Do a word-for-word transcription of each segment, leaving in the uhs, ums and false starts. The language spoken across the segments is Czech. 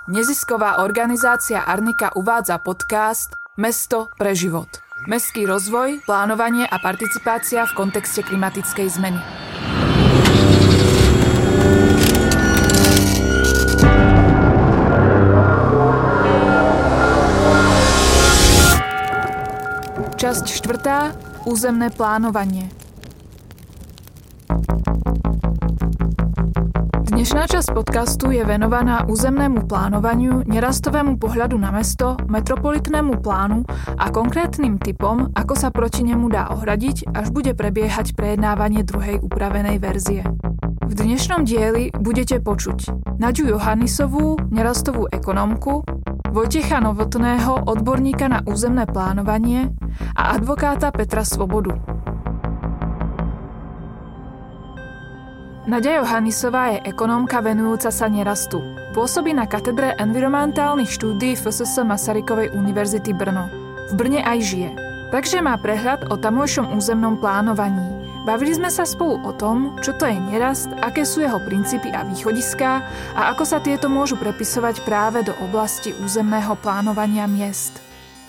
Nezisková organizácia Arnika uvádza podcast Mesto pre život. Mestský rozvoj, plánovanie a participácia v kontexte klimatickej zmeny. Časť štvrtá. Územné plánovanie. Dnešná časť podcastu je venovaná územnému plánovaniu, nerastovému pohľadu na mesto, metropolitnému plánu a konkrétnym typom, ako sa proti nemu dá ohradiť, až bude prebiehať prejednávanie druhej upravenej verzie. V dnešnom dieli budete počuť Naďu Johannisovú, nerastovú ekonomku, Vojtecha Novotného, odborníka na územné plánovanie a advokáta Petra Svobodu. Naďa Johannisová je ekonómka venujúca sa nerastu. Pôsobí na katedre environmentálnych štúdií ef es es Masarykovej univerzity Brno. V Brne aj žije. Takže má prehľad o tamojšom územnom plánovaní. Bavili sme sa spolu o tom, čo to je nerast, aké sú jeho princípy a východiská a ako sa tieto môžu prepisovať práve do oblasti územného plánovania miest.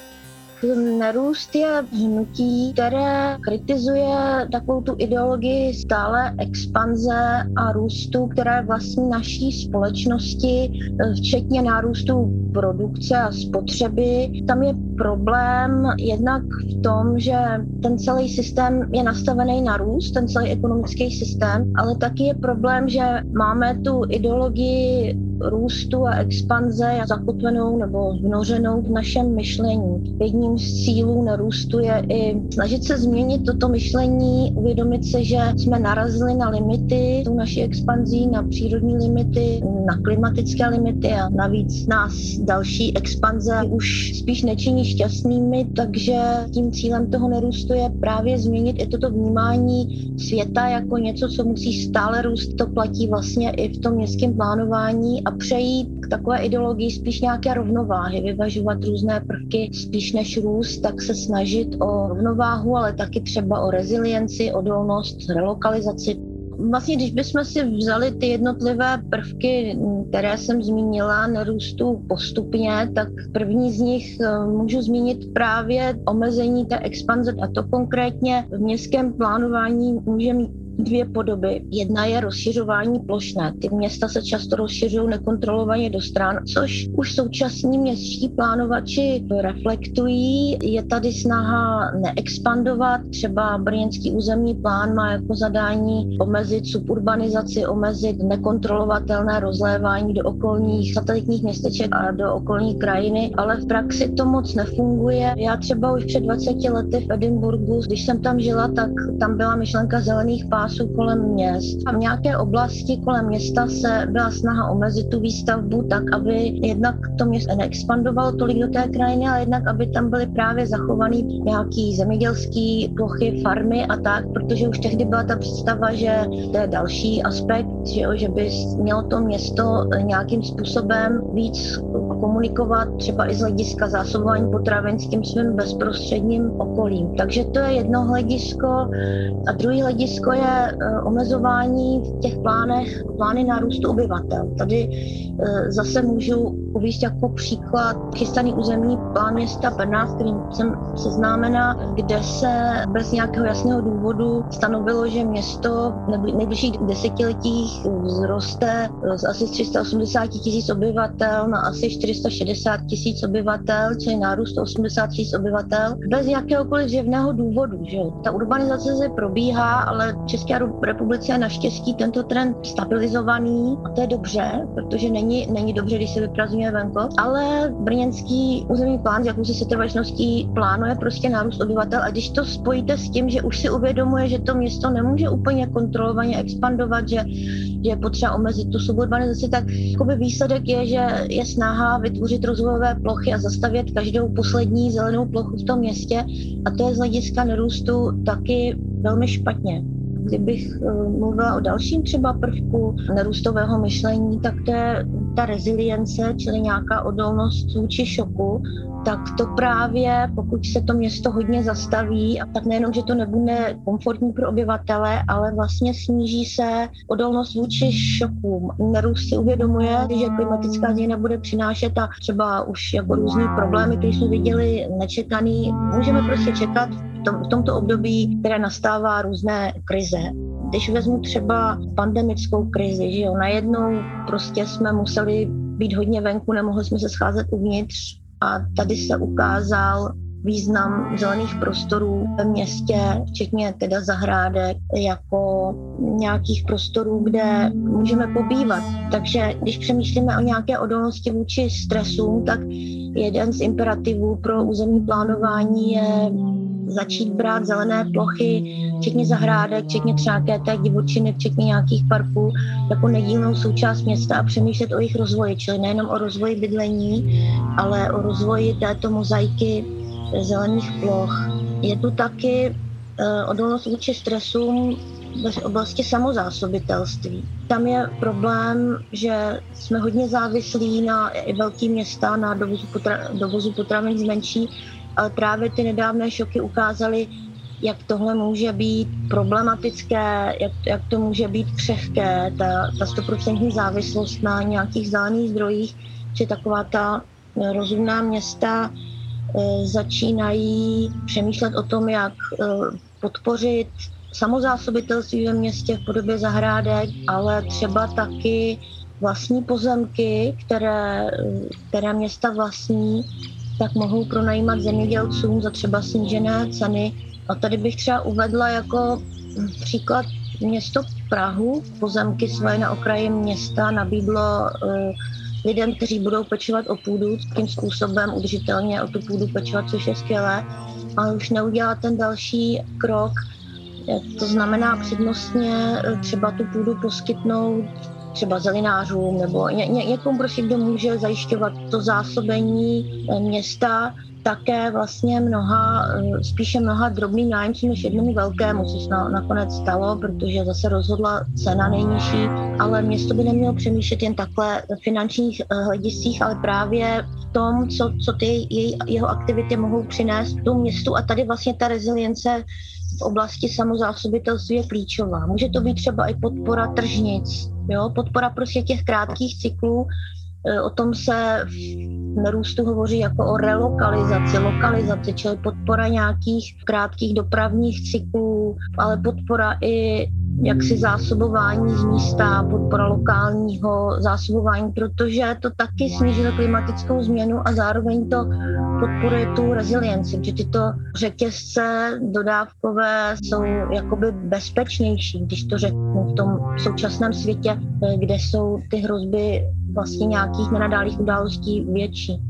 Nerůst je hnutí, které kritizuje takovou tu ideologii stále expanze a růstu, která je vlastní naší společnosti, včetně nárůstu produkce a spotřeby. Tam je problém jednak v tom, že ten celý systém je nastavený na růst, ten celý ekonomický systém, ale taky je problém, že máme tu ideologii růstu a expanze zakotvenou nebo vnořenou v našem myšlení. Jedním z cílů nerůstu je i snažit se změnit toto myšlení, uvědomit si, že jsme narazili na limity tou naší expanzí, na přírodní limity, na klimatické limity a navíc nás další expanze už spíš nečiní šťastnými, takže tím cílem toho nerůstu je právě změnit i toto vnímání světa jako něco, co musí stále růst. To platí vlastně i v tom městském plánování a přejít k takové ideologii spíš nějaké rovnováhy, vyvažovat různé prvky spíš než růst, tak se snažit o rovnováhu, ale taky třeba o rezilienci, odolnost, relokalizaci. Vlastně, když bychom si vzali ty jednotlivé prvky, které jsem zmínila, nerůstu postupně, tak první z nich můžu zmínit právě omezení té expanze, a to konkrétně v městském plánování může mít dvě podoby. Jedna je rozšiřování plošné. Ty města se často rozšiřují nekontrolovaně do stran, což už současní městští plánovači reflektují. Je tady snaha neexpandovat. Třeba brněnský územní plán má jako zadání omezit suburbanizaci, omezit nekontrolovatelné rozlévání do okolních satelitních městeček a do okolní krajiny, ale v praxi to moc nefunguje. Já třeba už před dvaceti lety v Edinburgu, když jsem tam žila, tak tam byla myšlenka zelených pásů kolem měst. A v nějaké oblasti kolem města se byla snaha omezit tu výstavbu tak, aby jednak to město neexpandovalo tolik do té krajiny, ale jednak, aby tam byly právě zachovaný nějaký zemědělský plochy, farmy a tak, protože už tehdy byla ta představa, že to je další aspekt, že, jo, že by mělo to město nějakým způsobem víc komunikovat třeba i z hlediska zásobování potravin s tím svým bezprostředním okolím. Takže to je jedno hledisko a druhý hledisko je omezování v těch plánech, plány nárůstu obyvatel. Tady zase můžu uvést jako příklad chystaný územní plán města Brna, s kterým jsem seznámena, kde se bez nějakého jasného důvodu stanovilo, že město v nejbližších desetiletích vzroste z asi tři sta osmdesát tisíc obyvatel na asi čtyři sta šedesát tisíc obyvatel, čili nárůst osmdesát tisíc obyvatel, bez jakéhokoliv zjevného důvodu. Že? Ta urbanizace se probíhá, ale v České republice je naštěstí tento trend stabilizovaný a to je dobře, protože není, není dobře, když se vyprazňuje venkov, ale brněnský územní plán s jakousi setrvačností plánuje prostě nárůst obyvatel a když to spojíte s tím, že už si uvědomuje, že to město nemůže úplně kontrolovaně expandovat, že, že je potřeba omezit tu suburbanizaci, tak výsledek je, že je snaha vytvořit rozvojové plochy a zastavět každou poslední zelenou plochu v tom městě a to je z hlediska nerůstu taky velmi špatně. kdybych mluvila o dalším třeba prvku nerůstového myšlení, tak to je ta rezilience, čili nějaká odolnost vůči šoku, tak to právě, pokud se to město hodně zastaví, tak nejenom, že to nebude komfortní pro obyvatele, ale vlastně sníží se odolnost vůči šokům. Nerůst si uvědomuje, že klimatická změna bude přinášet a třeba už jako různý problémy, které jsme viděli nečekaný. Můžeme prostě čekat v, tom, v tomto období, které nastává různé krize. Když vezmu třeba pandemickou krizi, že jo, najednou prostě jsme museli být hodně venku, nemohli jsme se scházet uvnitř a tady se ukázal význam zelených prostorů ve městě, včetně teda zahrádek, jako nějakých prostorů, kde můžeme pobývat. Takže když přemýšlíme o nějaké odolnosti vůči stresům, tak jeden z imperativů pro územní plánování je začít brát zelené plochy, včetně zahrádek, včetně třeba té divočiny, včetně nějakých parků, jako nedílnou součást města a přemýšlet o jejich rozvoji, čili nejenom o rozvoji bydlení, ale o rozvoji této mozaiky zelených ploch. Je tu taky uh, odolnost vůči stresům v oblasti samozásobitelství. Tam je problém, že jsme hodně závislí na i velký města, na dovozu, potra- dovozu potravin z menší, ale právě ty nedávné šoky ukázaly, jak tohle může být problematické, jak, jak to může být křehké, ta, ta stoprocentní závislost na nějakých zelených zdrojích, či taková ta rozumná města e, začínají přemýšlet o tom, jak e, podpořit samozásobitelství ve městě v podobě zahrádek, ale třeba taky vlastní pozemky, které, které města vlastní, tak mohou pronajímat zemědělcům za třeba snížené ceny. A tady bych třeba uvedla jako příklad město Prahu. Pozemky svoje na okraji města nabídlo uh, lidem, kteří budou pečovat o půdu, tím způsobem udržitelně o tu půdu pečovat, což je skvělé, ale už neudělá ten další krok. To znamená přednostně třeba tu půdu poskytnout třeba zelinářům nebo ně, ně, někomu, prostě, kdo může zajišťovat to zásobení města, také vlastně mnoha, spíše mnoha drobným nájemcům než jednomu velkému, což se na, nakonec stalo, protože zase rozhodla cena nejnižší, ale město by nemělo přemýšlet jen takhle v finančních hlediscích, ale právě v tom, co, co ty jej, jeho aktivity mohou přinést tomu městu a tady vlastně ta rezilience v oblasti samozásobitelství je klíčová. Může to být třeba i podpora tržnic, jo? Podpora prostě těch krátkých cyklů. O tom se v nerůstu hovoří jako o relokalizaci, lokalizaci, čili podpora nějakých krátkých dopravních cyklů, ale podpora i jaksi zásobování z místa, podpora lokálního zásobování, protože to taky snižuje klimatickou změnu a zároveň to podporuje tu rezilienci, že tyto řetězce dodávkové jsou jakoby bezpečnější, když to řeknu v tom současném světě, kde jsou ty hrozby vlastně nějakých nenadálých událostí větší.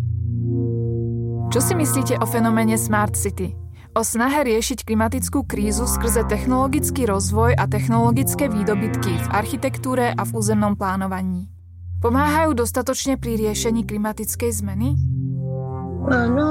Čo si myslíte o fenoméne Smart City? O snahe riešiť klimatickú krízu skrze technologický rozvoj a technologické výdobytky v architektúre a v územnom plánovaní. Pomáhajú dostatočne pri riešení klimatickej zmeny? No,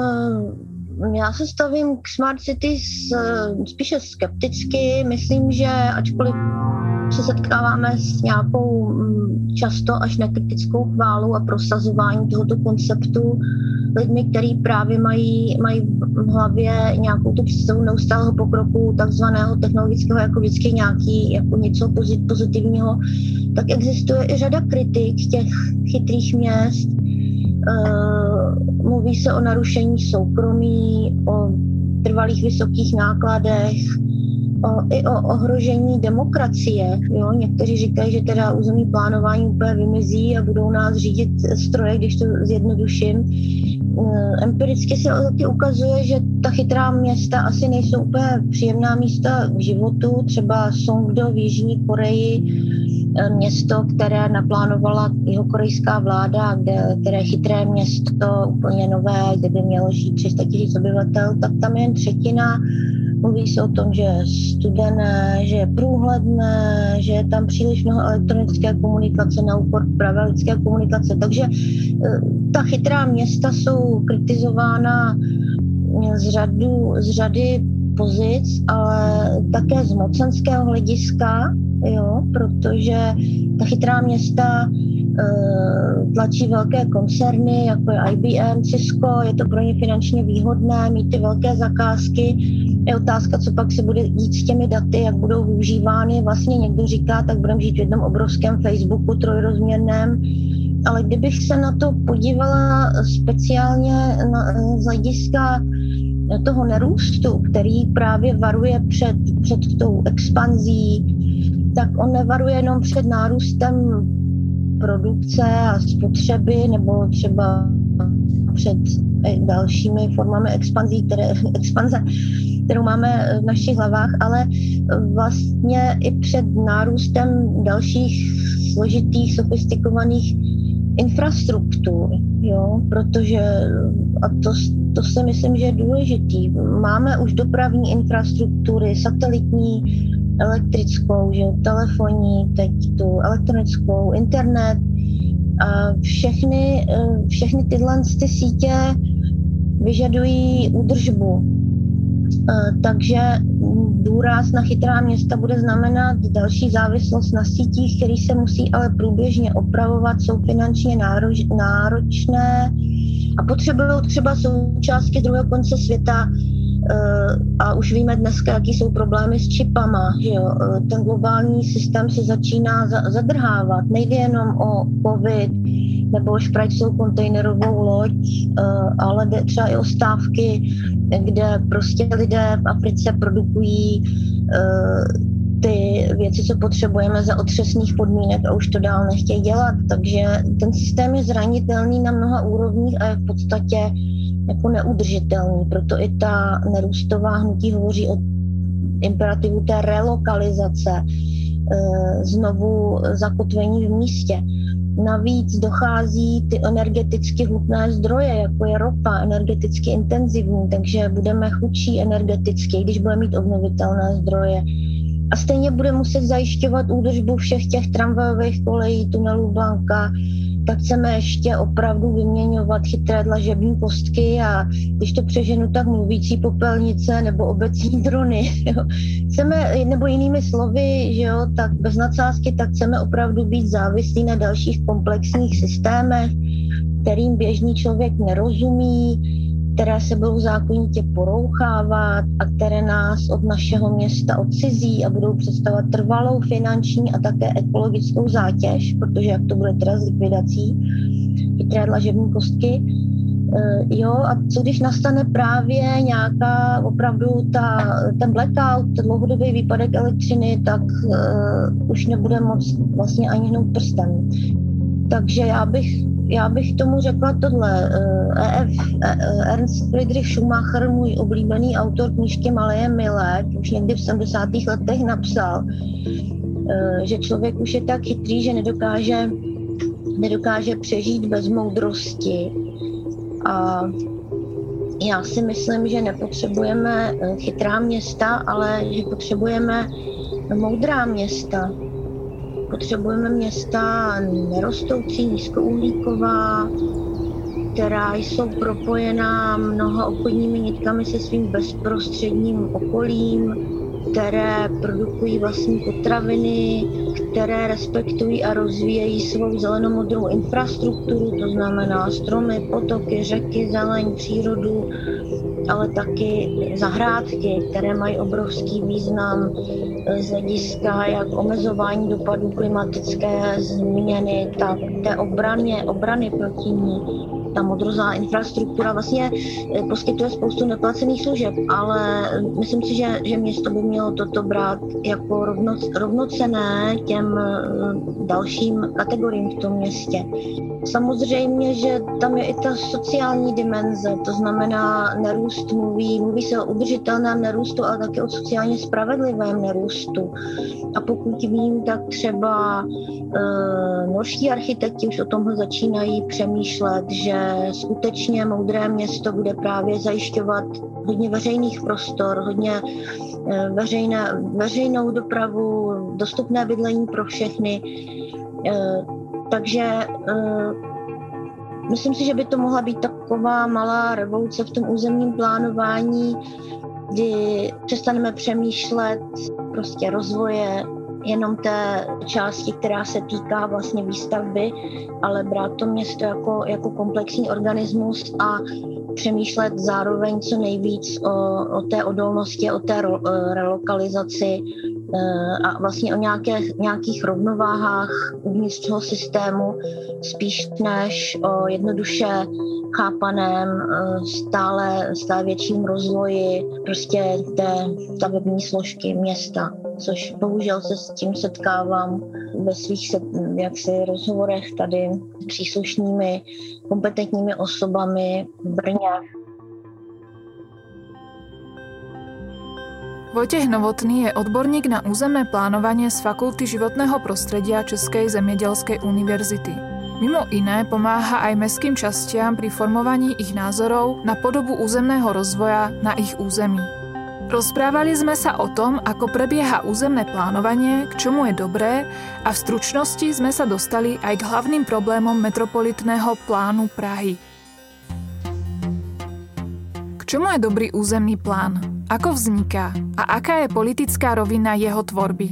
já se stavím k Smart City spíše skepticky. Myslím, že ačkoliv se setkáváme s nějakou často až nekritickou chválou a prosazování tohoto konceptu lidmi, kteří právě mají, mají v hlavě nějakou tu představu neustálého pokroku, takzvaného technologického, jako vždycky nějaký, jako něco pozitivního, tak existuje i řada kritik těch chytrých měst. Mluví se o narušení soukromí, o trvalých vysokých nákladech, O, i o ohrožení demokracie. Jo? Někteří říkají, že teda územní plánování úplně vymizí a budou nás řídit stroje, když to zjednoduším. Empiricky se taky ukazuje, že ta chytrá města asi nejsou úplně příjemná místa k životu. Třeba Songdo v Jižní Koreji, město, které naplánovala jihokorejská vláda, kde, které chytré město, úplně nové, kde by mělo žít tři sta tisíc obyvatel, tak tam je jen třetina. Mluví se o tom, že je studené, že je průhledné, že je tam příliš mnoho elektronické komunikace na úkor pravé lidské komunikace. Takže ta chytrá města jsou kritizována z, řadu, z řady pozic, ale také z mocenského hlediska, jo, protože ta chytrá města uh, tlačí velké koncerny, jako je I B M, Cisco, je to pro ně finančně výhodné mít ty velké zakázky. Je otázka, co pak se bude dít s těmi daty, jak budou využívány. Vlastně někdo říká, tak budeme žít v jednom obrovském Facebooku trojrozměrném, ale kdybych se na to podívala speciálně na, z hlediska toho nerůstu, který právě varuje před, před tou expanzí, tak on nevaruje jenom před nárůstem produkce a spotřeby, nebo třeba před dalšími formami expanzí, které, expanze, kterou máme v našich hlavách, ale vlastně i před nárůstem dalších složitých, sofistikovaných infrastruktur, jo, protože, a to, to si myslím, že je důležitý, máme už dopravní infrastruktury, satelitní, elektrickou, že, telefonní, teď tu elektronickou, internet, a všechny, všechny tyhle ty sítě vyžadují údržbu. Takže důraz na chytrá města bude znamenat další závislost na sítích, které se musí ale průběžně opravovat, jsou finančně nároč, náročné a potřebují třeba součástky druhého konce světa. A už víme dneska, jaký jsou problémy s čipama, že jo? Ten globální systém se začíná zadrhávat. Nejde jenom o covid nebo šprajcovou kontejnerovou loď, ale jde třeba i o stávky, kde prostě lidé v Africe produkují ty věci, co potřebujeme za otřesných podmínek a už to dál nechtějí dělat. Takže ten systém je zranitelný na mnoha úrovních a je v podstatě jako neudržitelný. Proto i ta nerůstová hnutí hovoří o imperativu té relokalizace, znovu zakotvení v místě. Navíc dochází ty energeticky hutné zdroje, jako je ropa, energeticky intenzivní, takže budeme chudší energeticky, když budeme mít obnovitelné zdroje. A stejně bude muset zajišťovat údržbu všech těch tramvajových kolejí, tunelů Blanka, tak chceme ještě opravdu vyměňovat chytré dlažební kostky a když to přeženu, tak mluvící popelnice nebo obecní drony. Jo. Chceme, nebo jinými slovy, že jo, tak bez nadsázky, tak chceme opravdu být závislí na dalších komplexních systémech, kterým běžný člověk nerozumí, které se budou zákonitě porouchávat a které nás od našeho města odcizí a budou představovat trvalou finanční a také ekologickou zátěž, protože jak to bude teda s likvidací chytré dlažební kostky. E, jo, a co když nastane právě nějaká opravdu ta, ten blackout, ten dlouhodobý výpadek elektřiny, tak e, už nebude moc vlastně ani hnout prstem. Takže já bych Já bych tomu řekla tohle. E F, Ernst Friedrich Schumacher, můj oblíbený autor knížky Malé je milé, už někdy v sedmdesátých letech napsal, že člověk už je tak chytrý, že nedokáže, nedokáže přežít bez moudrosti. A já si myslím, že nepotřebujeme chytrá města, ale že potřebujeme moudrá města. Potřebujeme města nerostoucí, nízkouhlíková, která jsou propojená mnoha obchodními nitkami se svým bezprostředním okolím, které produkují vlastní potraviny, které respektují a rozvíjejí svou zelenomodrou infrastrukturu, to znamená stromy, potoky, řeky, zeleň, přírodu, ale taky zahrádky, které mají obrovský význam z hlediska jak omezování dopadů klimatické změny, tak té obraně, obrany proti ní. Ta modrozá infrastruktura vlastně poskytuje spoustu neplacených služeb, ale myslím si, že, že město by mělo toto brát jako rovno, rovnocenné těm dalším kategoriím v tom městě. Samozřejmě, že tam je i ta sociální dimenze, to znamená nerůst mluví, mluví se o udržitelném nerůstu, ale také o sociálně spravedlivém nerůstu. A pokud vím, tak třeba e, norští architekti už o tomhle začínají přemýšlet, že skutečně moudré město bude právě zajišťovat hodně veřejných prostor, hodně e, veřejné, veřejnou dopravu, dostupné bydlení pro všechny. E, takže e, myslím si, že by to mohla být taková malá revoluce v tom územním plánování. kdy přestaneme přemýšlet prostě rozvoje jenom té části, která se týká vlastně výstavby, ale brát to město jako, jako komplexní organismus a přemýšlet zároveň co nejvíc o, o té odolnosti, o té ro, relokalizaci a vlastně o nějaké, nějakých rovnováhách uvnitř toho systému, spíš než o jednoduše chápaném stále, stále větším rozvoji prostě té stavební složky města, což bohužel se s tím setkávám ve svých jaksi rozhovorech tady s příslušnými kompetentními osobami v Brně. Vojtech Novotný je odborník na územné plánovanie z Fakulty životného prostredia Českej zemědělskej univerzity. Mimo iné pomáha aj mestským častiam pri formovaní ich názorov na podobu územného rozvoja na ich území. Rozprávali sme sa o tom, ako prebieha územné plánovanie, k čomu je dobré a v stručnosti sme sa dostali aj k hlavným problémom metropolitného plánu Prahy. K čomu je dobrý územný plán? Ako vzniká? A aká je politická rovina jeho tvorby?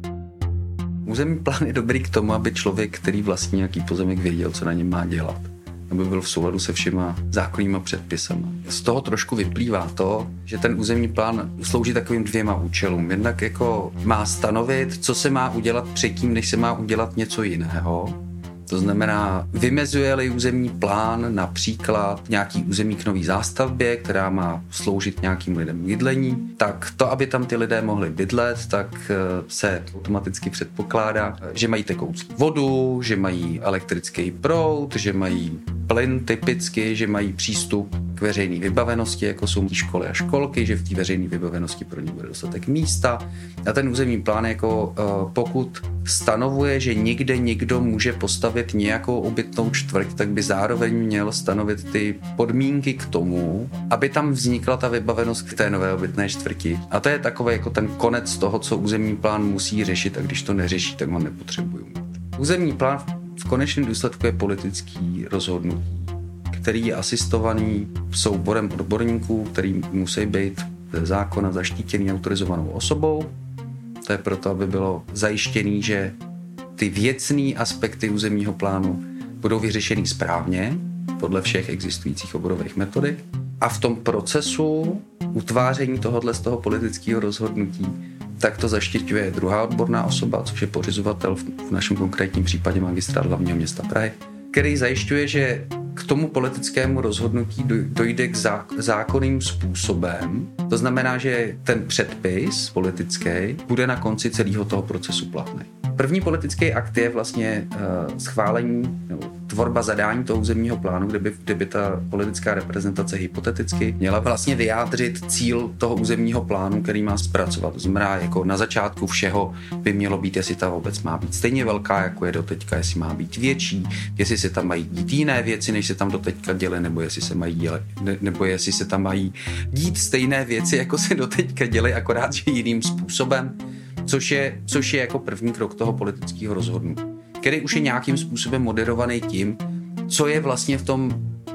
Územní plán je dobrý k tomu, aby člověk, který vlastní nějaký pozemek, věděl, co na něm má dělat. Aby byl v souladu se všema zákonnýma předpisama. Z toho trošku vyplývá to, že ten územní plán slouží takovým dvěma účelům. Jednak jako má stanovit, co se má udělat předtím, než se má udělat něco jiného. To znamená, vymezuje-li územní plán například nějaký území k nový zástavbě, která má sloužit nějakým lidem bydlení, tak to, aby tam ty lidé mohli bydlet, tak se automaticky předpokládá, že mají tekoucí vodu, že mají elektrický proud, že mají plyn typicky, že mají přístup k veřejné vybavenosti, jako jsou školy a školky, že v té veřejné vybavenosti pro ně bude dostatek místa. A ten územní plán jako pokud stanovuje, že někde někdo může postavit nějakou obytnou čtvrť, tak by zároveň měl stanovit ty podmínky k tomu, aby tam vznikla ta vybavenost k té nové obytné čtvrti. A to je takový jako ten konec toho, co územní plán musí řešit, a když to neřeší, tak ho nepotřebují. Územní plán v konečném důsledku je politický rozhodnutí, který je asistovaný souborem odborníků, který musí být ze zákona zaštítěný autorizovanou osobou. To je proto, aby bylo zajištěný, že ty věcné aspekty územního plánu budou vyřešeny správně podle všech existujících oborových metodik. A v tom procesu utváření tohohle z toho politického rozhodnutí tak to zaštiťuje druhá odborná osoba, což je pořizovatel, v našem konkrétním případě magistrát hlavního města Prahy, který zajišťuje, že k tomu politickému rozhodnutí dojde k zákonným způsobem. To znamená, že ten předpis politický bude na konci celého toho procesu platný. První politický akt je vlastně uh, schválení nebo tvorba zadání toho územního plánu, kde by, kde by ta politická reprezentace hypoteticky měla vlastně vyjádřit cíl toho územního plánu, který má zpracovat. To znamená, jako na začátku všeho by mělo být, jestli ta obec má být stejně velká, jako je doteďka, jestli má být větší, jestli se tam mají dít jiné věci, než se tam doteďka děly, nebo jestli se mají dělat, ne, nebo jestli se tam mají dít stejné věci, jako se doteďka děly, akorát že jiným způsobem. Což je, což je jako první krok toho politického rozhodnutí, který už je nějakým způsobem moderovaný tím, co je vlastně v tom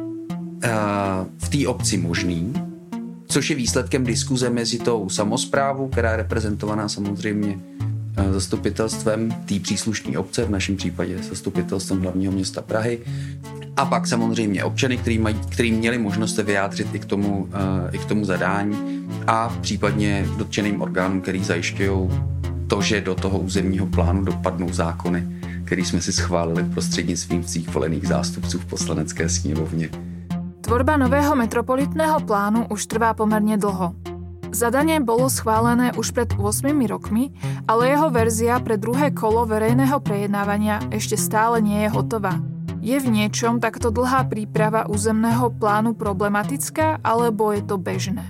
uh, v té obci možný, což je výsledkem diskuze mezi tou samosprávou, která je reprezentovaná samozřejmě uh, zastupitelstvem té příslušné obce, v našem případě zastupitelstvem hlavního města Prahy, a pak samozřejmě občany, který, mají, který měli možnost se vyjádřit i k tomu, uh, i k tomu zadání a případně dotčeným orgánům, který zajišťují to, že do toho územního plánu dopadnou zákony, který jsme si schválili prostřednictvím svých volených zástupců v poslanecké sněmovně. Tvorba nového metropolitného plánu už trvá pomerne dlho. Zadanie bolo schválené už pred ôsmimi rokmi, ale jeho verzia pre druhé kolo verejného prejednávania ešte stále nie je hotová. Je v niečom takto dlhá príprava územného plánu problematická, alebo je to bežné?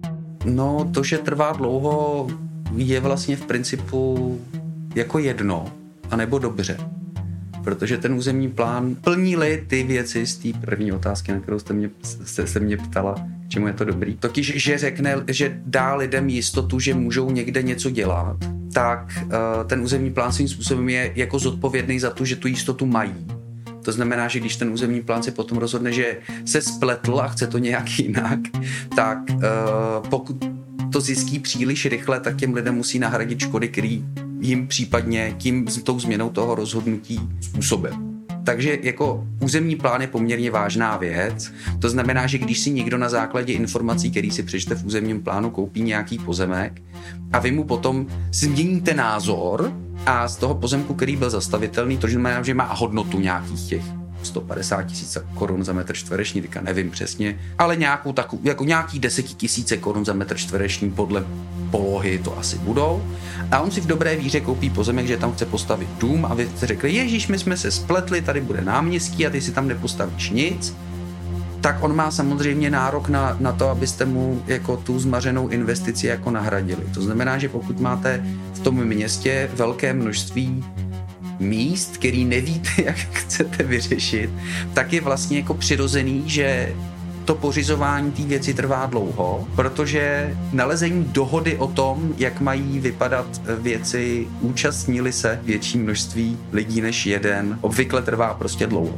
No, to, že trvá dlouho, je vlastně v principu jako jedno, anebo dobře. Protože ten územní plán plní-li ty věci z té první otázky, na kterou jste mě, jste se mě ptala, k čemu je to dobrý. Totiž, že řekne, že dá lidem jistotu, že můžou někde něco dělat, tak uh, ten územní plán svým způsobem je jako zodpovědný za to, že tu jistotu mají. To znamená, že když ten územní plán se potom rozhodne, že se spletl a chce to nějak jinak, tak uh, pokud to zjistí příliš rychle, tak těm lidem musí nahradit škody, který jim případně tím tou změnou toho rozhodnutí způsobil. Takže jako územní plán je poměrně vážná věc. To znamená, že když si někdo na základě informací, který si přečte v územním plánu, koupí nějaký pozemek a vy mu potom změníte názor a z toho pozemku, který byl zastavitelný, to znamená, že má hodnotu nějakých těch sto padesát tisíc korun za metr čtvereční, teďka nevím přesně, ale nějakou takovou, jako nějaký desetitisíce korun za metr čtvereční podle polohy to asi budou. A on si v dobré víře koupí pozemek, že tam chce postavit dům a vy jste řekli, ježíš, my jsme se spletli, tady bude náměstí a ty si tam nepostavíš nic, tak on má samozřejmě nárok na, na to, abyste mu jako tu zmařenou investici jako nahradili. To znamená, že pokud máte v tom městě velké množství míst, který nevíte, jak chcete vyřešit, tak je vlastně jako přirozený, že to pořizování té věci trvá dlouho, protože nalezení dohody o tom, jak mají vypadat věci, účastnili se větší množství lidí než jeden, obvykle trvá prostě dlouho.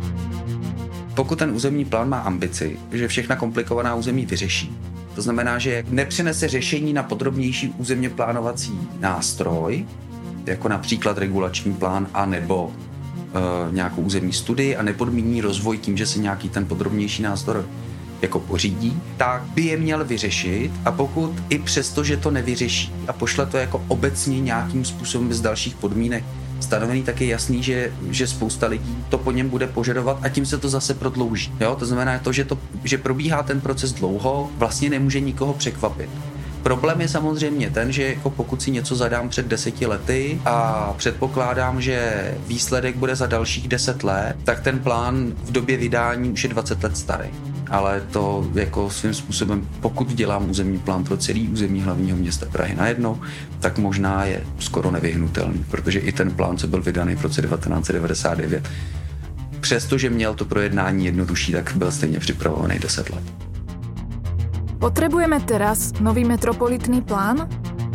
Pokud ten územní plán má ambici, že všechna komplikovaná území vyřeší, to znamená, že nepřinese řešení na podrobnější územně plánovací nástroj, jako například regulační plán a nebo e, nějakou územní studii a nepodmíní rozvoj tím, že se nějaký ten podrobnější nástroj jako pořídí, tak by je měl vyřešit a pokud i přesto, že to nevyřeší a pošle to jako obecně nějakým způsobem bez dalších podmínek stanovený, tak je jasný, že, že spousta lidí to po něm bude požadovat a tím se to zase prodlouží. Jo? To znamená to, že, to, že probíhá ten proces dlouho, vlastně nemůže nikoho překvapit. Problém je samozřejmě ten, že jako pokud si něco zadám před deseti lety a předpokládám, že výsledek bude za dalších deset let, tak ten plán v době vydání už je dvacet let starý. Ale to jako svým způsobem, pokud dělám územní plán pro celý území hlavního města Prahy najednou, tak možná je skoro nevyhnutelný, protože i ten plán, co byl vydaný v roce devatenáct set devadesát devět, přestože měl to projednání jednodušší, tak byl stejně připravovaný deset let. Potrebujeme teraz nový metropolitný plán?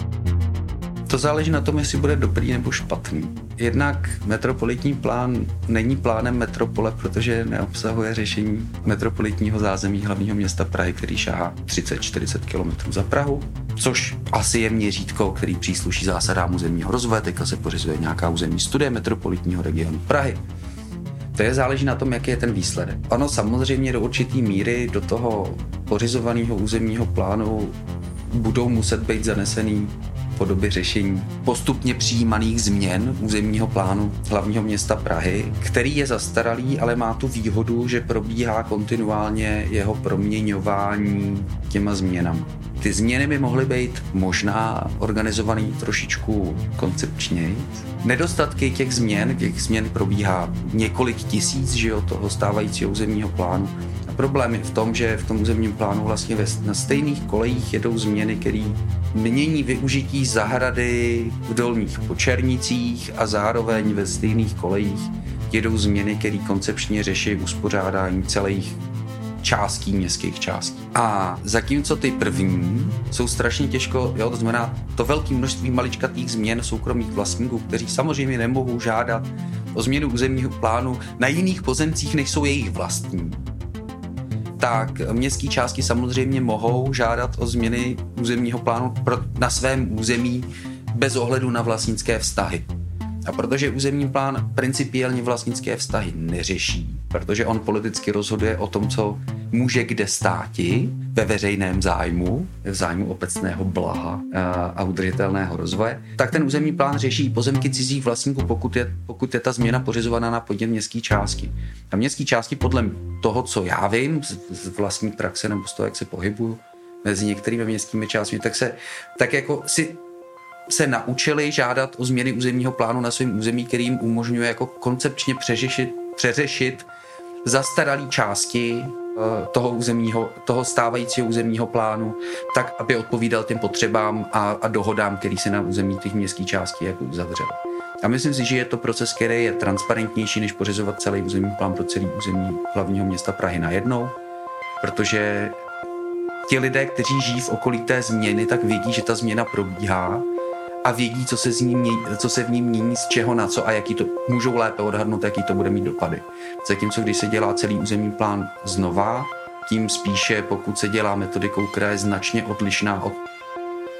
To záleží na tom, jestli bude dobrý nebo špatný. Jednak metropolitní plán není plánem metropole, protože neobsahuje řešení metropolitního zázemí hlavního města Prahy, který šahá třicet čtyřicet kilometrů za Prahu, což asi je měřítko, který přísluší zásadám územního rozvoje. Teďka se pořizuje nějaká územní studie metropolitního regionu Prahy. To je záleží na tom, jaký je ten výsledek. Ano, samozřejmě do určitý míry do toho pořizovaného územního plánu budou muset být zanesený podoby řešení postupně přijímaných změn územního plánu hlavního města Prahy, který je zastaralý, ale má tu výhodu, že probíhá kontinuálně jeho proměňování těma změnami. Ty změny by mohly být možná organizovaný trošičku koncepčněji. Nedostatky těch změn, těch změn probíhá několik tisíc, že jo, toho stávajícího územního plánu. A problém je v tom, že v tom územním plánu vlastně na stejných kolejích jedou změny, které mění využití zahrady v Dolních Počernicích a zároveň ve stejných kolejích jedou změny, které koncepčně řeší uspořádání celých částí, městských částí. A zatímco ty první jsou strašně těžko, jo, to znamená to velké množství maličkatých změn soukromých vlastníků, kteří samozřejmě nemohou žádat o změnu územního plánu na jiných pozemcích, než jsou jejich vlastní, tak městské části samozřejmě mohou žádat o změny územního plánu na svém území bez ohledu na vlastnické vztahy. A protože územní plán principiálně vlastnické vztahy neřeší, protože on politicky rozhoduje o tom, co může kde státi ve veřejném zájmu, v zájmu obecného blaha a udržitelného rozvoje, tak ten územní plán řeší pozemky cizích vlastníků, pokud je, pokud je ta změna pořizovaná na podnět městské části. A městské části podle toho, co já vím z, z vlastní praxe nebo z toho, jak se pohybuju mezi některými městskými částmi, tak se tak jako si se naučili žádat o změny územního plánu na svém území, který jim umožňuje jako koncepčně přeřešit, přeřešit zastaralé části toho územního, toho stávajícího územního plánu, tak, aby odpovídal těm potřebám a, a dohodám, který se na území těch městských částí jako uzavřel. A myslím si, že je to proces, který je transparentnější, než pořizovat celý územní plán pro celý území hlavního města Prahy najednou, protože ti lidé, kteří žijí v okolí té změny, tak vědí, že ta změna probíhá a vědí, co se, z ní mění, co se v ní mění, z čeho na co a jaký to můžou lépe odhadnout, jaký to bude mít dopady. Zatímco když se dělá celý územní plán znova, tím spíše pokud se dělá metodikou, která je značně odlišná od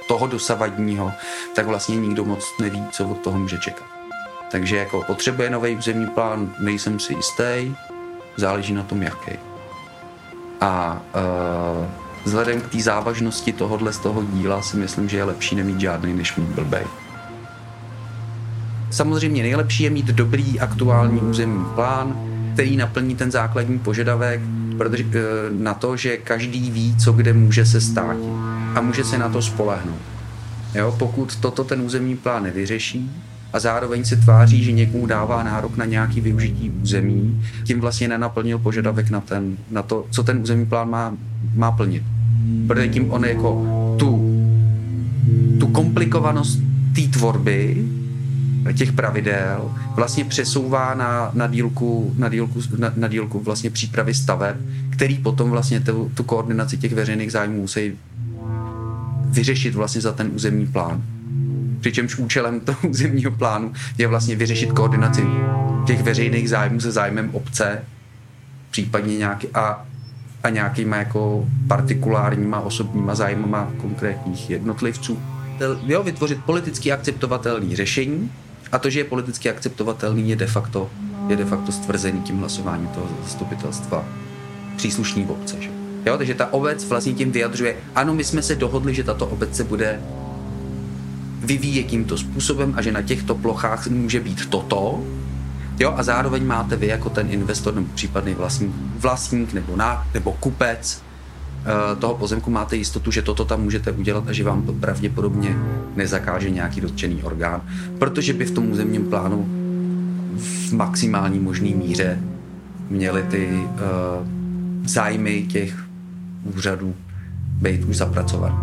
toho dosavadního, tak vlastně nikdo moc neví, co od toho může čekat. Takže jako potřebuje nový územní plán, nejsem si jistý, záleží na tom, jaký. A uh, vzhledem k té závažnosti tohohle z toho díla si myslím, že je lepší nemít žádný, než mít blbej. Samozřejmě nejlepší je mít dobrý aktuální územní plán, který naplní ten základní požadavek, protože, uh, na to, že každý ví, co kde může se stát a může se na to spolehnout. Jo, pokud toto ten územní plán nevyřeší a zároveň se tváří, že někomu dává nárok na nějaký využití území, tím vlastně nenaplnil požadavek na, ten, na to, co ten územní plán má, má plnit. Protože tím on jako tu, tu komplikovanost té tvorby, těch pravidel, vlastně přesouvá na, na, dílku, na, dílku, na, na dílku vlastně přípravy staveb, který potom vlastně tu, tu koordinaci těch veřejných zájmů musí vyřešit vlastně za ten územní plán. Přičemž účelem toho územního plánu je vlastně vyřešit koordinaci těch veřejných zájmů se zájmem obce, případně nějaký, a, a nějakýma jako partikulárníma osobníma zájmama konkrétních jednotlivců. Jo, vytvořit politicky akceptovatelné řešení a to, že je politicky akceptovatelný, je de facto, je de facto stvrzený tím hlasováním toho zastupitelstva příslušný obce. Že? Jo, takže ta obec vlastně tím vyjadřuje, ano, my jsme se dohodli, že tato obec se bude vyvíjet tímto způsobem a že na těchto plochách může být toto. Jo, a zároveň máte vy jako ten investor nebo případný vlastník, vlastník nebo, ná, nebo kupec uh, toho pozemku máte jistotu, že toto tam můžete udělat a že vám to pravděpodobně nezakáže nějaký dotčený orgán, protože by v tom územním plánu v maximální možné míře měly ty uh, zájmy těch úřadů být už zapracované.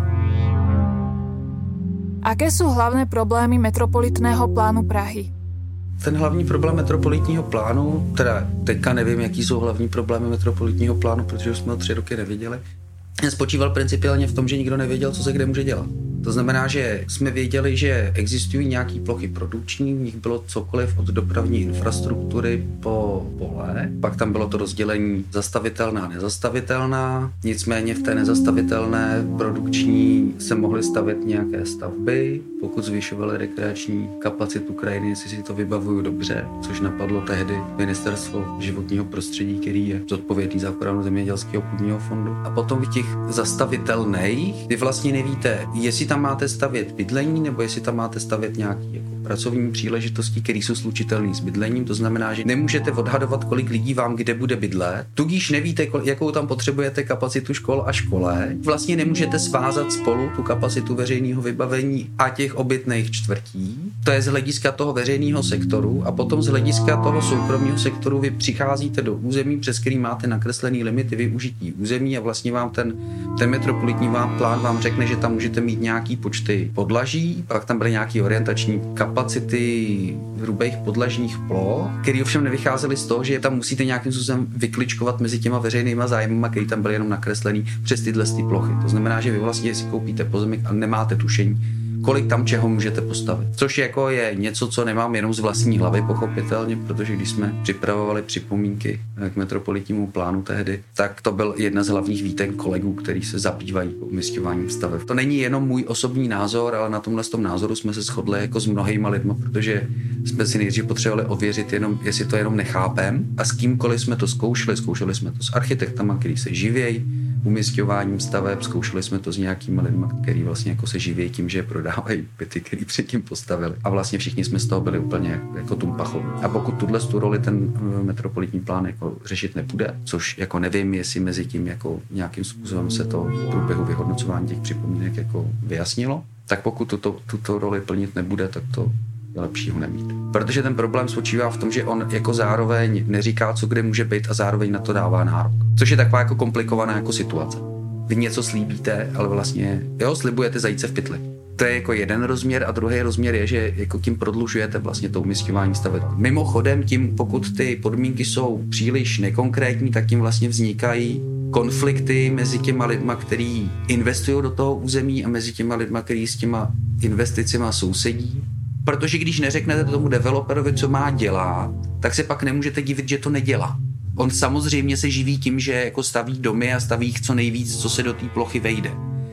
Aké sú hlavné problémy metropolitného plánu Prahy? Ten hlavní problém metropolitního plánu, teda teďka nevím, jaký jsou hlavní problémy metropolitního plánu, protože jsme ho tři roky neviděli, spočíval principiálně v tom, že nikdo nevěděl, co se kde může dělat. To znamená, že jsme věděli, že existují nějaké plochy produkční, v nich bylo cokoliv od dopravní infrastruktury po pole, pak tam bylo to rozdělení zastavitelná, nezastavitelná, nicméně v té nezastavitelné produkční se mohly stavět nějaké stavby, pokud zvyšovaly rekreační kapacitu krajiny, jestli si to vybavuju dobře, což napadlo tehdy Ministerstvo životního prostředí, který je zodpovědný za ochranu zemědělského půdního fondu. A potom v těch zastavitelných, vy vlastně nevíte, jestli tam máte stavět bydlení, nebo jestli tam máte stavět nějaký jako pracovní příležitosti, které jsou slučitelné s bydlením. To znamená, že nemůžete odhadovat, kolik lidí vám kde bude bydlet. Tudíž nevíte, jakou tam potřebujete kapacitu škol a školek. Vlastně nemůžete svázat spolu tu kapacitu veřejného vybavení a těch obytných čtvrtí. To je z hlediska toho veřejného sektoru a potom z hlediska toho soukromého sektoru vy přicházíte do území, přes který máte nakreslený limity využití území a vlastně vám ten, ten metropolitní plán vám řekne, že tam můžete mít nějaký počty podlaží, pak tam byly nějaký orientační kapacity hrubých podlažních ploch, které ovšem nevycházely z toho, že tam musíte nějakým způsobem vykličkovat mezi těma veřejnýma zájmama, které tam byly jenom nakreslený přes tyhle ty plochy. To znamená, že vy vlastně si koupíte pozemek a nemáte tušení, kolik tam čeho můžete postavit. Což jako je něco, co nemám jenom z vlastní hlavy, pochopitelně, protože když jsme připravovali připomínky k metropolitnímu plánu tehdy, tak to byl jedna z hlavních výtek kolegů, kteří se zabývají umisťováním staveb. To není jenom můj osobní názor, ale na tomhle tom názoru jsme se shodli jako s mnohýma lidma, protože jsme si nejdřív potřebovali ověřit jenom, jestli to jenom nechápem a s kýmkoliv jsme to zkoušeli. Zkoušeli jsme to s architektama, kteří se živějí umisťováním staveb, zkoušeli jsme to s nějakými lidmi, kteří vlastně jako se živí tím, že prodávají byty, který předtím postavili. A vlastně všichni jsme z toho byli úplně jako tumpachoví. A pokud tuhle tu roli ten metropolitní plán jako řešit nebude, což jako nevím, jestli mezi tím jako nějakým způsobem se to v průběhu vyhodnocování těch připomínek jako vyjasnilo, tak pokud tuto, tuto roli plnit nebude, tak to je lepší ho nemít. Protože ten problém spočívá v tom, že on jako zároveň neříká, co kde může být a zároveň na to dává nárok. Což je taková jako komplikovaná jako situace. Vy něco slíbíte, ale vlastně jo, slibujete zajíce v pytli. To je jako jeden rozměr a druhý rozměr je, že jako tím prodlužujete vlastně to umisťování staveb. Mimochodem tím, pokud ty podmínky jsou příliš nekonkrétní, tak tím vlastně vznikají konflikty mezi těma lidma, kteří investují do toho území a mezi těma lidma, kteří s těma investicima sousedí. Protože když neřeknete tomu developerovi, co má dělat, tak se pak nemůžete divit, že to nedělá. On samozřejmě se živí tím, že jako staví domy a staví jich co nejvíc, co se do té plochy vejde.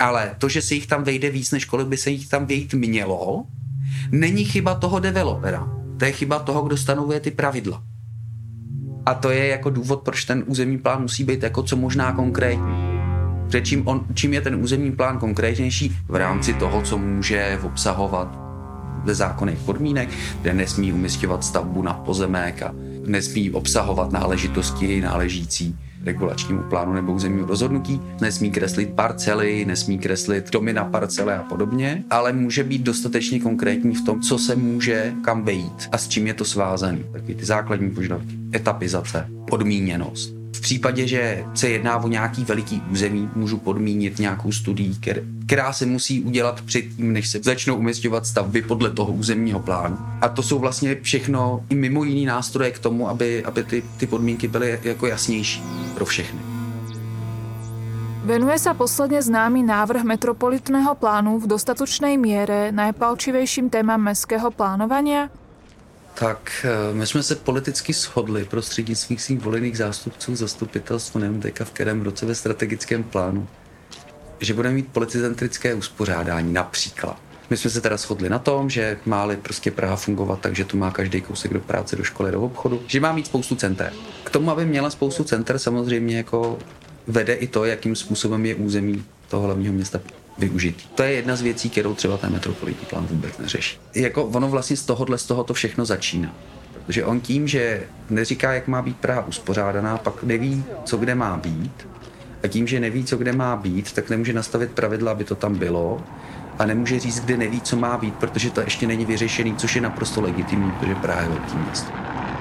Ale to, že se jich tam vejde víc, než kolik by se jich tam vejít mělo, není chyba toho developera. To je chyba toho, kdo stanovuje ty pravidla. A to je jako důvod, proč ten územní plán musí být jako co možná konkrétní. Protože čím, on, čím je ten územní plán konkrétnější v rámci toho, co může obsahovat ze zákonných podmínek, kde nesmí umisťovat stavbu na pozemek a nesmí obsahovat náležitosti náležící regulačnímu plánu nebo územnímu rozhodnutí, nesmí kreslit parcely, nesmí kreslit domy na parcele a podobně, ale může být dostatečně konkrétní v tom, co se může kam vejít a s čím je to svázané. Taky ty základní požadavky, etapizace, podmíněnost. V případě, že se jedná o nějaký veliký území, můžu podmínit nějakou studii, která se musí udělat předtím, než se začnou umisťovat stavby podle toho územního plánu. A to jsou vlastně všechno i mimo jiný nástroje k tomu, aby, aby ty, ty podmínky byly jako jasnější pro všechny. Venuje sa posledne známy návrh metropolitného plánu v dostatočnej miere najpalčivejším témam mestského plánovania? Tak my jsme se politicky shodli prostřednictvím svých volených zástupců zastupitelstvu, nevím teďka v kterém roce ve strategickém plánu, že budeme mít politicentrické uspořádání například. My jsme se teda shodli na tom, že má-li prostě Praha fungovat tak, že tu má každý kousek do práce, do školy, do obchodu, že má mít spoustu center. K tomu, aby měla spoustu center, samozřejmě jako vede i to, jakým způsobem je území toho hlavního města využitý. To je jedna z věcí, kterou třeba ten metropolitní plán vůbec neřeší. Jako ono vlastně z tohohle z toho to všechno začíná. Protože on tím, že neříká, jak má být Praha uspořádaná, pak neví, co kde má být. A tím, že neví, co kde má být, tak nemůže nastavit pravidla, aby to tam bylo. A nemůže říct, kde neví, co má být, protože to ještě není vyřešený, což je naprosto legitimní, protože Praha je velký město.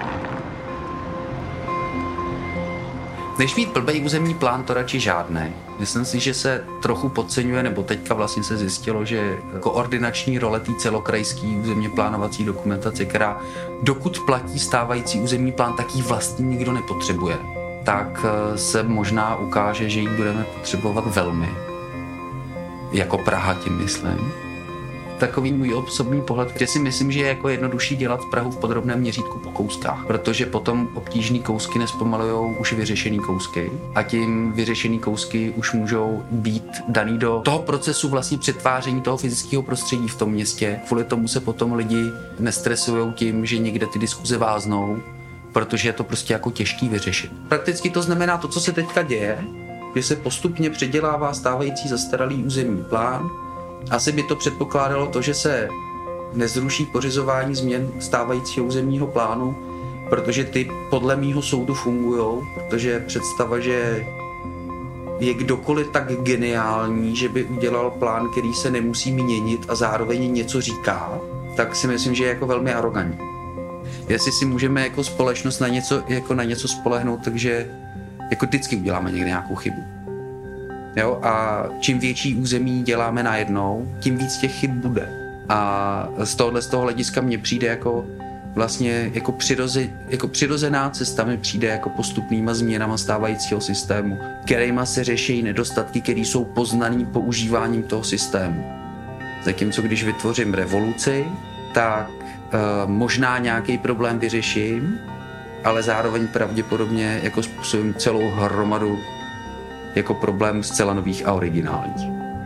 Než mít blbej územní plán, to radši žádný. Myslím si, že se trochu podceňuje, nebo teďka vlastně se zjistilo, že koordinační role té celokrajské územně plánovací dokumentace, která dokud platí stávající územní plán, tak ji vlastně nikdo nepotřebuje, tak se možná ukáže, že ji budeme potřebovat velmi. Jako Praha tím myslím. Takový můj osobní pohled, kde si myslím, že je jako jednodušší dělat Prahu v podrobném měřítku po kouskách, protože potom obtížný kousky nespomalujou už vyřešený kousky a tím vyřešený kousky už můžou být daný do toho procesu vlastně přetváření toho fyzického prostředí v tom městě. Kvůli tomu se potom lidi nestresujou tím, že někde ty diskuze váznou, protože je to prostě jako těžký vyřešit. Prakticky to znamená to, co se teďka děje, že se postupně předělává stávající zastaralý územní plán. Asi by to předpokládalo to, že se nezruší pořizování změn stávajícího územního plánu, protože ty podle mýho soudu fungujou, protože představa, že je kdokoliv tak geniální, že by udělal plán, který se nemusí měnit a zároveň něco říká, tak si myslím, že je jako velmi arrogantní. Jestli si můžeme jako společnost na něco, jako na něco spolehnout, takže jako vždycky uděláme někde nějakou chybu. Jo? A čím větší území děláme najednou, tím víc těch chyb bude. A z tohohle z toho hlediska mně přijde jako vlastně jako, přiroze, jako přirozená cesta mi přijde jako postupnýma změnama stávajícího systému, kterýma se řeší nedostatky, které jsou poznaný používáním toho systému. Zatímco když vytvořím revoluci, tak e, možná nějaký problém vyřeším, ale zároveň pravděpodobně jako způsobím celou hromadu jako problém zcela nových a originálních.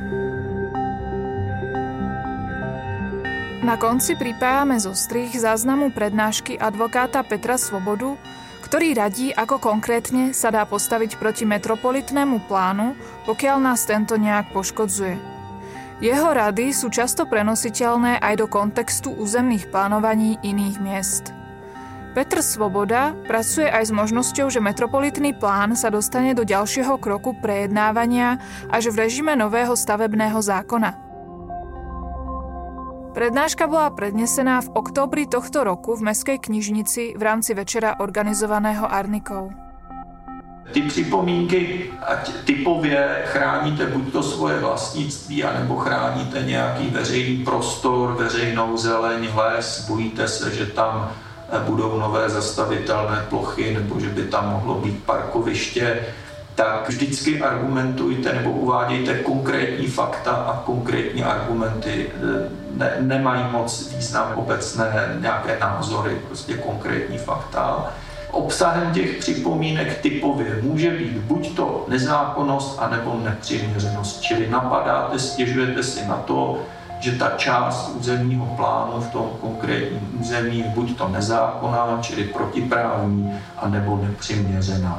Na konci pripájame zostrih záznamu prednášky advokáta Petra Svobodu, ktorý radí, ako konkrétne sa dá postaviť proti metropolitnému plánu, pokiaľ nás tento nejak poškodzuje. Jeho rady sú často prenositeľné aj do kontextu územných plánovaní iných miest. Petr Svoboda pracuje aj s možnosťou, že metropolitný plán sa dostane do ďalšieho kroku prejednávania až v režime nového stavebného zákona. Prednáška bola prednesená v októbri tohto roku v Mestskej knižnici v rámci večera organizovaného Arnikou. Ty připomínky, ať typově chráníte buď to svoje vlastnictví, anebo chráníte nějaký veřejný prostor, veřejnou zeleň, les, bojíte se, že tam budou nové zastavitelné plochy nebo že by tam mohlo být parkoviště, tak vždycky argumentujte nebo uvádějte konkrétní fakta a konkrétní argumenty. Ne, nemají moc význam obecné nějaké názory, prostě konkrétní fakta. Obsahem těch připomínek typově může být buď to nezákonnost, anebo nepřiměřenost. Čili napadáte, stěžujete si na to, že ta část územního plánu v tom konkrétním území je buď to nezákonná, čili protiprávní, anebo nepřiměřená.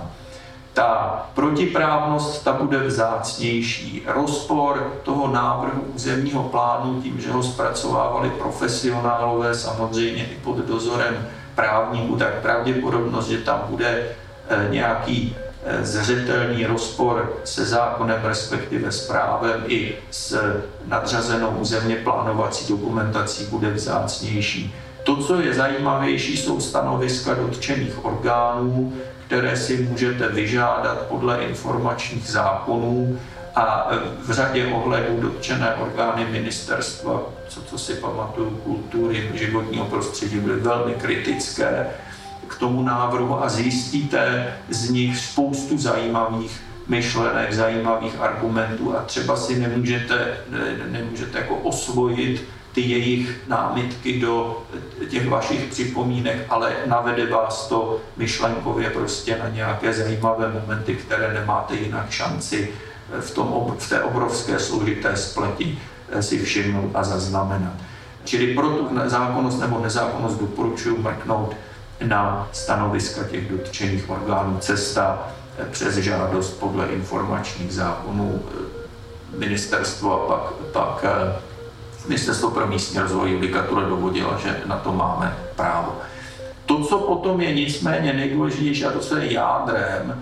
Ta protiprávnost ta bude vzácnější. Rozpor toho návrhu územního plánu tím, že ho zpracovávali profesionálové, samozřejmě i pod dozorem právníků, tak pravděpodobnost, že tam bude nějaký zřetelný rozpor se zákonem, respektive s právem i s nadřazenou územně plánovací dokumentací bude vzácnější. To, co je zajímavější, jsou stanoviska dotčených orgánů, které si můžete vyžádat podle informačních zákonů a v řadě ohledů dotčené orgány ministerstva, co, co si pamatuju, kultury, životního prostředí, byly velmi kritické k tomu návrhu a zjistíte z nich spoustu zajímavých myšlenek, zajímavých argumentů a třeba si nemůžete, ne, nemůžete jako osvojit ty jejich námitky do těch vašich připomínek, ale navede vás to myšlenkově prostě na nějaké zajímavé momenty, které nemáte jinak šanci v, tom, v té obrovské složité spleti si všimnout a zaznamenat. Čili pro tu zákonnost nebo nezákonnost doporučuji mrknout na stanoviska těch dotčených orgánů. Cesta přes žádost podle informačních zákonů ministerstvo a pak, pak Ministerstvo pro místní rozvoj judikatura dovodila, že na to máme právo. To, co potom je nicméně nejdůležitější a to, co je jádrem,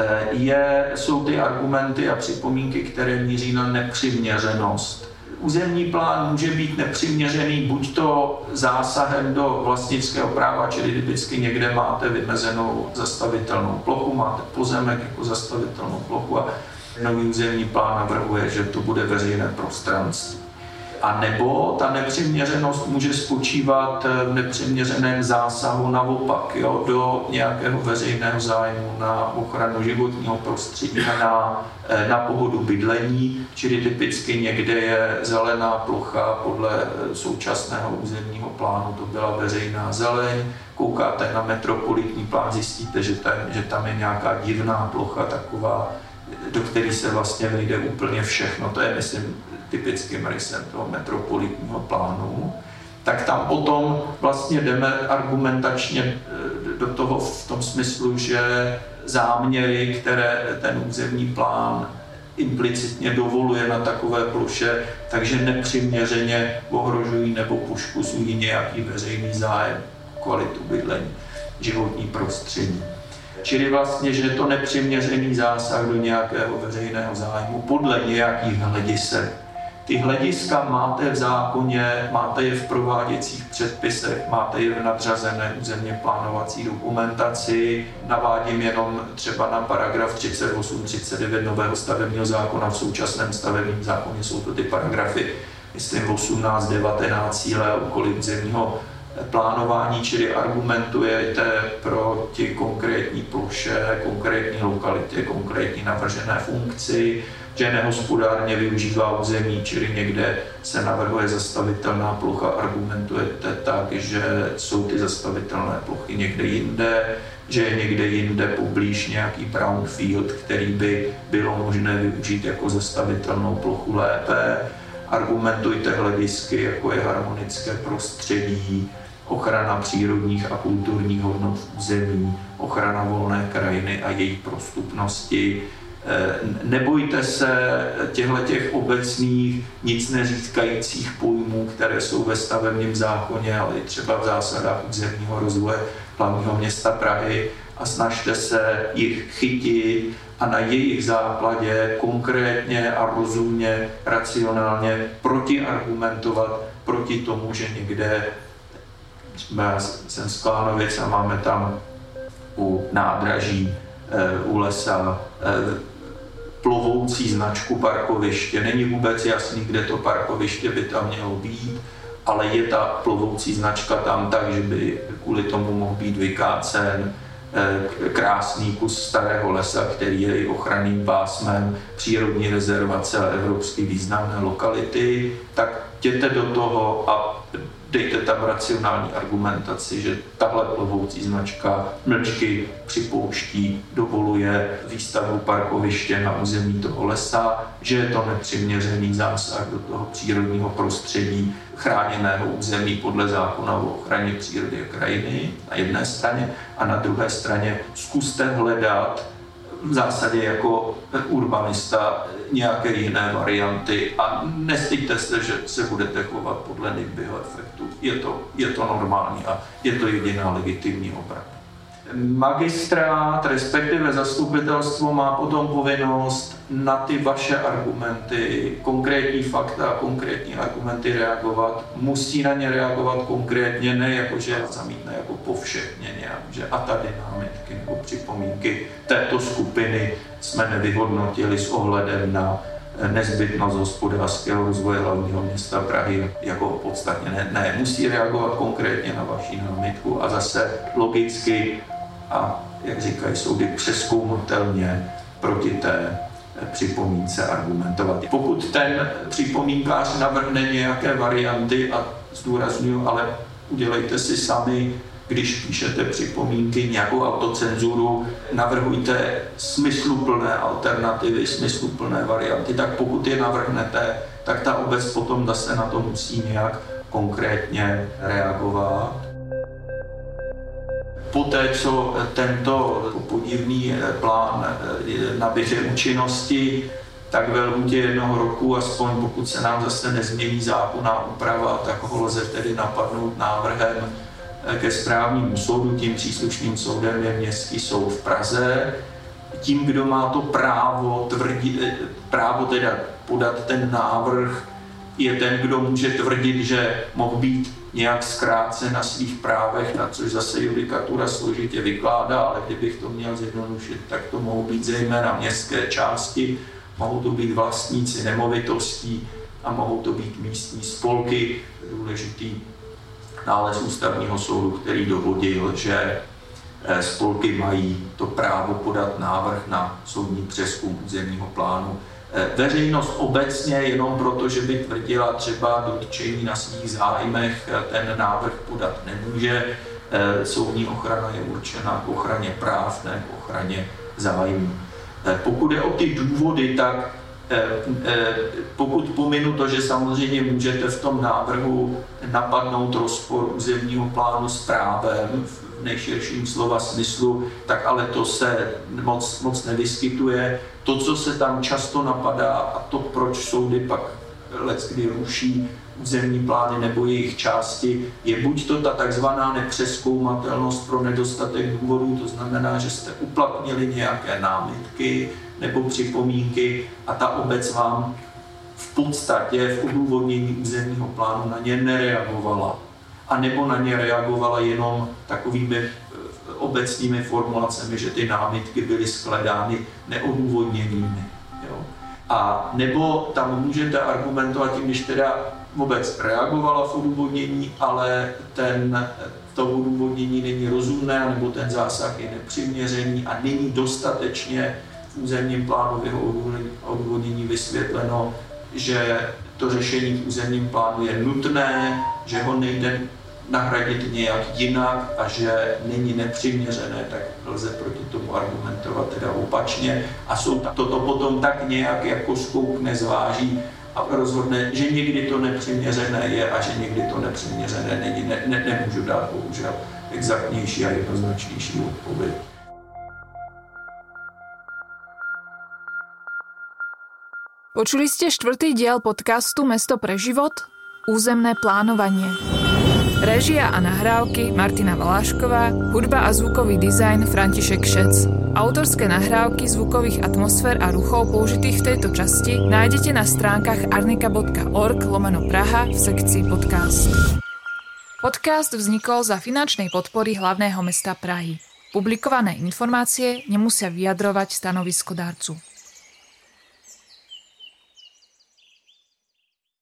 je, jsou ty argumenty a připomínky, které míří na nepřiměřenost. Územní plán může být nepřiměřený buď to zásahem do vlastnického práva, čili typicky někde máte vymezenou zastavitelnou plochu, máte pozemek jako zastavitelnou plochu a nový územní plán navrhuje, že to bude veřejné prostranství. A nebo ta nepřiměřenost může spočívat v nepřiměřeném zásahu naopak, jo, do nějakého veřejného zájmu na ochranu životního prostředí, na, na pohodu bydlení, čili typicky někde je zelená plocha, podle současného územního plánu to byla veřejná zeleň, koukáte na metropolitní plán, zjistíte, že tam, že tam je nějaká divná plocha taková, do které se vlastně vejde úplně všechno, to je, myslím, typickým rysem toho metropolitního plánu, tak tam potom vlastně jdeme argumentačně do toho v tom smyslu, že záměry, které ten územní plán implicitně dovoluje na takové ploše, takže nepřiměřeně ohrožují nebo poškozují nějaký veřejný zájem, kvalitu bydlení, životní prostředí. Čili vlastně, že je to nepřiměřený zásah do nějakého veřejného zájmu podle nějakých hledisek. Ty hlediska máte v zákoně, máte je v prováděcích předpisech, máte je v nadřazené územně plánovací dokumentaci. Navádím jenom třeba na paragraf třicet osm třicet devět nového stavebního zákona. V současném stavebním zákoně jsou to ty paragrafy, myslím, osmnáct devatenáct cíle a úkoly územního plánování, čili argumentujete proti konkrétní ploše, konkrétní lokalitě, konkrétní navržené funkci, že nehospodárně využívá území, čili někde se navrhuje zastavitelná plocha, argumentujete tak, že jsou ty zastavitelné plochy někde jinde, že je někde jinde poblíž nějaký brownfield, který by bylo možné využít jako zastavitelnou plochu lépe. Argumentujte hledisky, jako je harmonické prostředí, ochrana přírodních a kulturních hodnot v území, ochrana volné krajiny a její prostupnosti. Nebojte se těchto obecných, nic neříkajících pojmů, které jsou ve stavebním zákoně, ale i třeba v zásadách územního rozvoje hlavního města Prahy a snažte se jich chytit a na jejich základě konkrétně a rozumně, racionálně protiargumentovat proti tomu, že někde, já jsem z Klánovic a máme tam u nádraží, u lesa plovoucí značku parkoviště. Není vůbec jasný, kde to parkoviště by tam mělo být, ale je ta plovoucí značka tam tak, že by kvůli tomu mohl být vykácen krásný kus starého lesa, který je i ochranným pásmem přírodní rezervace a evropsky významné lokality, tak jděte do toho a dejte tam racionální argumentaci, že tahle plovoucí značka mlčky připouští, dovoluje výstavbu parkoviště na území toho lesa, že je to nepřiměřený zásah do toho přírodního prostředí chráněného území podle zákona o ochraně přírody a krajiny na jedné straně a na druhé straně zkuste hledat v zásadě jako urbanista nějaké jiné varianty a nestyďte se, že se budete chovat podle Nibbyho efektu. Je to, je to normální a je to jediná legitimní obrana. Magistrát, respektive zastupitelstvo má potom povinnost na ty vaše argumenty, konkrétní fakta a konkrétní argumenty reagovat. Musí na ně reagovat konkrétně, ne jakože zamítne jako povšechně nějak, že a tady námitky nebo připomínky této skupiny jsme nevyhodnotili s ohledem na nezbytnost hospodářského rozvoje hlavního města Prahy jako podstatně ne, ne. Musí reagovat konkrétně na vaši námitku a zase logicky a, jak říkají soudy, přezkoumatelně proti té připomínce argumentovat. Pokud ten připomínkář navrhne nějaké varianty, a zdůraznuju, ale udělejte si sami, když píšete připomínky, nějakou autocenzuru, navrhujte smysluplné alternativy, smysluplné varianty, tak pokud je navrhnete, tak ta obec potom zase na to musí nějak konkrétně reagovat. Poté, co tento podivný plán naběře účinnosti, tak ve lhůtě jednoho roku, aspoň pokud se nám zase nezmění zákonná úprava, tak ho lze tedy napadnout návrhem ke správnímu soudu. Tím příslušným soudem je Městský soud v Praze. Tím, kdo má to právo, tvrdit, právo teda podat ten návrh, je ten, kdo může tvrdit, že mohl být nějak zkrácen na svých právech, na což zase judikatura složitě vykládá, ale kdybych to měl zjednodušit, tak to mohou být zejména městské části, mohou to být vlastníci nemovitostí a mohou to být místní spolky. Důležitý nález ústavního soudu, který dovodil, že spolky mají to právo podat návrh na soudní přezkum územního plánu. Veřejnost obecně jenom proto, že by tvrdila třeba dotčení na svých zájmech, ten návrh podat nemůže. Soudní ochrana je určena k ochraně práv, ne k ochraně zájmů. Pokud je o ty důvody, tak pokud pominu to, že samozřejmě můžete v tom návrhu napadnout rozpor územního plánu s právem v nejširším slova smyslu, tak ale to se moc, moc nevyskytuje. To, co se tam často napadá a to, proč soudy pak leckdy ruší územní plány nebo jejich části, je buď to ta takzvaná nepřezkoumatelnost pro nedostatek důvodů, to znamená, že jste uplatnili nějaké námitky nebo připomínky a ta obec vám v podstatě v odůvodnění územního plánu na ně nereagovala. A nebo na ně reagovala jenom takovými obecnými formulacemi, že ty námitky byly shledány neodůvodněnými. Jo? A nebo tam můžete argumentovat tím, když teda obec reagovala v odůvodnění, ale ten, to odůvodnění není rozumné, nebo ten zásah je nepřiměřený a není dostatečně v územním plánu v jeho odůvodnění vysvětleno, že to řešení v územním plánu je nutné, že ho nejde nahradit nějak jinak a že není nepřiměřené, tak lze proti tomu argumentovat teda opačně a soud toto potom tak nějak jako zkoukne, zváží a rozhodne, že někdy to nepřiměřené je a že někdy to nepřiměřené není. Ne, ne, nemůžu dát bohužel exaktnější a jednoznačnější odpověď. Počuli ste štvrtý diel podcastu Mesto pre život? Územné plánovanie. Réžia a nahrávky Martina Valášková, hudba a zvukový dizajn František Šec. Autorské nahrávky zvukových atmosfér a ruchov použitých v tejto časti nájdete na stránkach arnika bodka org lomeno Praha v sekcii podcast. Podcast vznikol za finančnej podpory hlavného mesta Prahy. Publikované informácie nemusia vyjadrovať stanovisko darcu.